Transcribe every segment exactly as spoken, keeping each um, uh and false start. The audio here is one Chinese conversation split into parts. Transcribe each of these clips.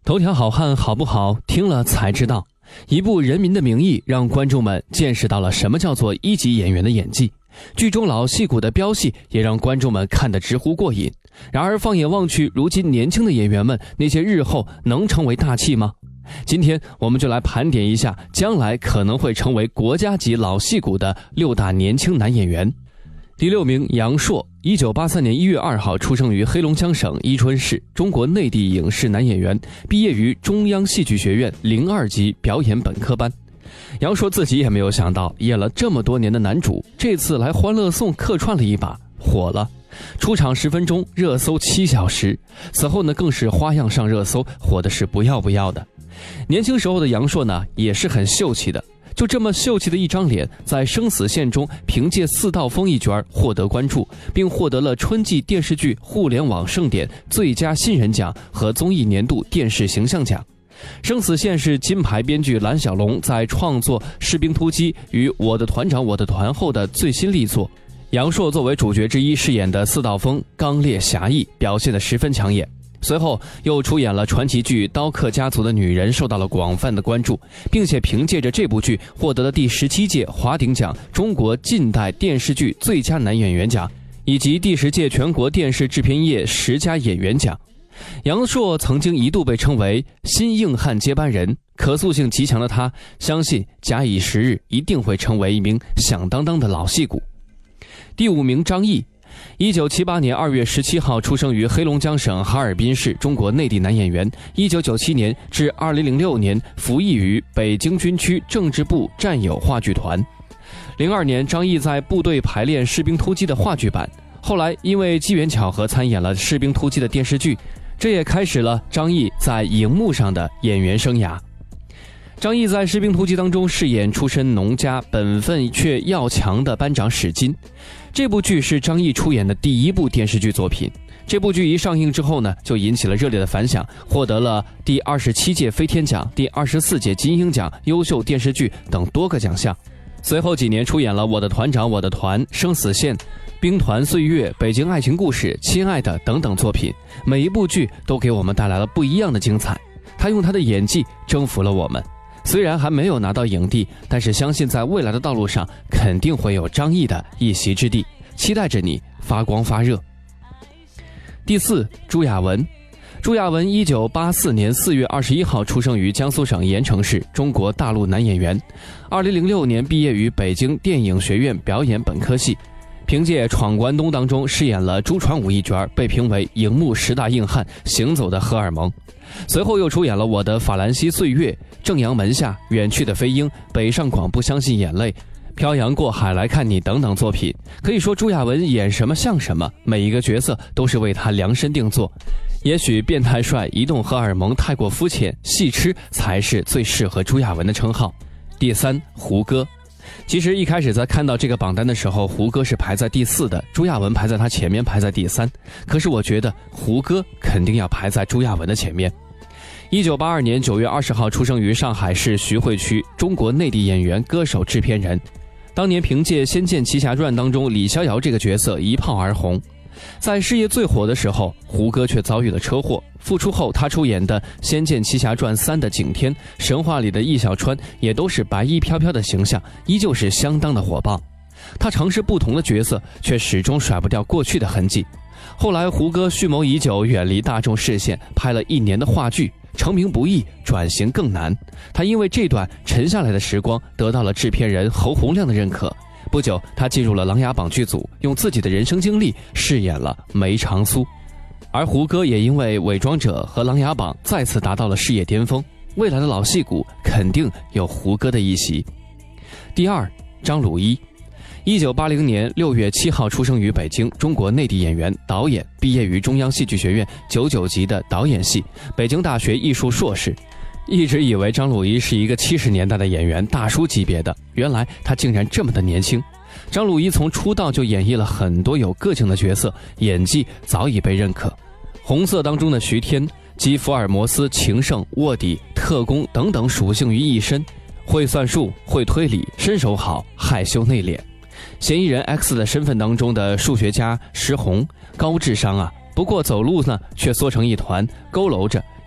头条好汉好不好，听了才知道。一部《人民的名义》让观众们见识到了什么叫做一级演员的演技，剧中老戏骨的飙戏也让观众们看得直呼过瘾。然而放眼望去，如今年轻的演员们，那些日后能成为大器吗？今天我们就来盘点一下将来可能会成为国家级老戏骨的六大年轻男演员。第六名，杨烁，一九八三年一月二号出生于黑龙江省伊春市，中国内地影视男演员，毕业于中央戏剧学院零二级表演本科班。杨烁自己也没有想到，演了这么多年的男主，这次来欢乐颂客串了一把，火了。出场十分钟，热搜七小时，此后呢更是花样上热搜，火的是不要不要的。年轻时候的杨烁呢，也是很秀气的。就这么秀气的一张脸，在生死线中凭借四道风一角获得关注，并获得了春季电视剧互联网盛典最佳新人奖和综艺年度电视形象奖。生死线是金牌编剧蓝小龙在创作《士兵突击》与《我的团长我的团》后的最新力作。杨烁作为主角之一饰演的四道风刚烈侠义，表现得十分抢眼。随后又出演了传奇剧《刀客家族的女人》，受到了广泛的关注，并且凭借着这部剧获得了第十七届华鼎奖中国近代电视剧最佳男演员奖，以及第十届全国电视制片业十佳演员奖。杨烁曾经一度被称为新硬汉接班人，可塑性极强的他，相信假以时日一定会成为一名响当当的老戏骨。第五名，张译，一九七八年二月十七号出生于黑龙江省哈尔滨市，中国内地男演员。一九九七年至二零零六年服役于北京军区政治部战友话剧团。零二年，张译在部队排练《士兵突击》的话剧版，后来因为机缘巧合参演了《士兵突击》的电视剧，这也开始了张译在荧幕上的演员生涯。张译在《士兵突击》当中饰演出身农家、本分却要强的班长史金。这部剧是张译出演的第一部电视剧作品。这部剧一上映之后呢，就引起了热烈的反响，获得了第二十七届飞天奖、第二十四届金鹰奖优秀电视剧等多个奖项。随后几年出演了《我的团长我的团》、《生死线》、《兵团岁月》、《北京爱情故事》、《亲爱的》等等作品，每一部剧都给我们带来了不一样的精彩。他用他的演技征服了我们。虽然还没有拿到影帝，但是相信在未来的道路上肯定会有张译的一席之地，期待着你发光发热。第四，朱亚文。朱亚文一九八四年四月二十一号出生于江苏省盐城市，中国大陆男演员。二零零六年毕业于北京电影学院表演本科系，凭借《闯关东》当中饰演了朱传武一角，被评为荧幕十大硬汉，行走的荷尔蒙。随后又出演了《我的法兰西岁月》、《正阳门下》、《远去的飞鹰》、《北上广不相信眼泪》、《漂洋过海来看你》等等作品。可以说朱亚文演什么像什么，每一个角色都是为他量身定做。也许变态帅、移动荷尔蒙太过肤浅，戏痴才是最适合朱亚文的称号。第三，胡歌。其实一开始在看到这个榜单的时候，胡歌是排在第四的，朱亚文排在他前面，排在第三。可是我觉得胡歌肯定要排在朱亚文的前面。一九八二年九月二十号出生于上海市徐汇区，中国内地演员、歌手、制片人。当年凭借《仙剑奇侠传》当中李逍遥这个角色一炮而红。在事业最火的时候，胡歌却遭遇了车祸。复出后，他出演的《仙剑奇侠传三》的景天、神话里的易小川也都是白衣飘飘的形象，依旧是相当的火爆。他尝试不同的角色，却始终甩不掉过去的痕迹。后来胡歌蓄谋已久，远离大众视线，拍了一年的话剧，成名不易，转型更难。他因为这段沉下来的时光，得到了制片人侯洪亮的认可。不久，他进入了《琅琊榜》剧组，用自己的人生经历饰演了梅长苏。而胡歌也因为《伪装者》和《琅琊榜》再次达到了事业巅峰，未来的老戏骨肯定有胡歌的一席。第二，张鲁一。一九八零年六月七号出生于北京，中国内地演员、导演，毕业于中央戏剧学院九九级的导演系，北京大学艺术硕士。一直以为张鲁一是一个七十年代的演员，大叔级别的，原来他竟然这么的年轻。张鲁一从出道就演绎了很多有个性的角色，演技早已被认可。红色当中的徐天集福尔摩斯、情圣、卧底、特工等等属性于一身，会算术、会推理，身手好，害羞内敛。嫌疑人 X 的身份当中的数学家石红，高智商啊，不过走路呢却缩成一团，佝偻着，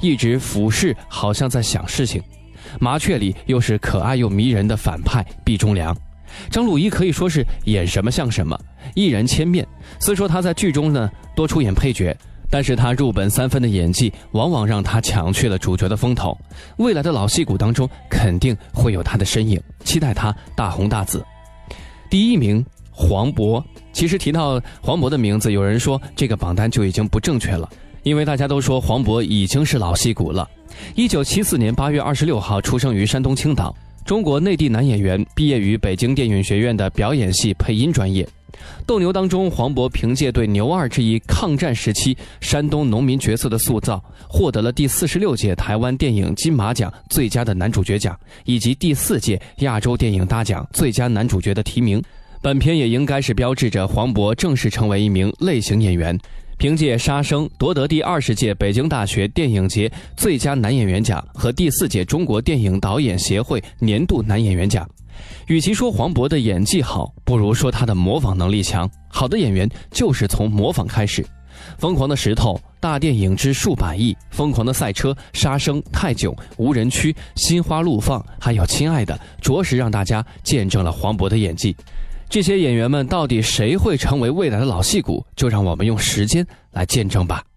一直俯视，好像在想事情。麻雀里又是可爱又迷人的反派毕忠良。张鲁一可以说是演什么像什么，一人千面。虽说他在剧中呢多出演配角，但是他入本三分的演技往往让他抢去了主角的风头。未来的老戏骨当中肯定会有他的身影，期待他大红大紫。第一名黄渤。其实提到黄渤的名字，有人说这个榜单就已经不正确了，因为大家都说黄渤已经是老戏骨了。一九七四年八月二十六号出生于山东青岛，中国内地男演员，毕业于北京电影学院的表演系配音专业。斗牛当中，黄渤凭借对牛二这一抗战时期山东农民角色的塑造，获得了第四十六届台湾电影金马奖最佳的男主角奖，以及第四届亚洲电影大奖最佳男主角的提名。本片也应该是标志着黄渤正式成为一名类型演员，凭借《杀生》夺得第二十届北京大学电影节最佳男演员奖和第四届中国电影导演协会年度男演员奖。与其说黄渤的演技好，不如说他的模仿能力强。好的演员就是从模仿开始。疯狂的石头、大电影之数百亿、疯狂的赛车、杀生、泰囧、无人区、心花怒放，还有亲爱的，着实让大家见证了黄渤的演技。这些演员们到底谁会成为未来的老戏骨，就让我们用时间来见证吧。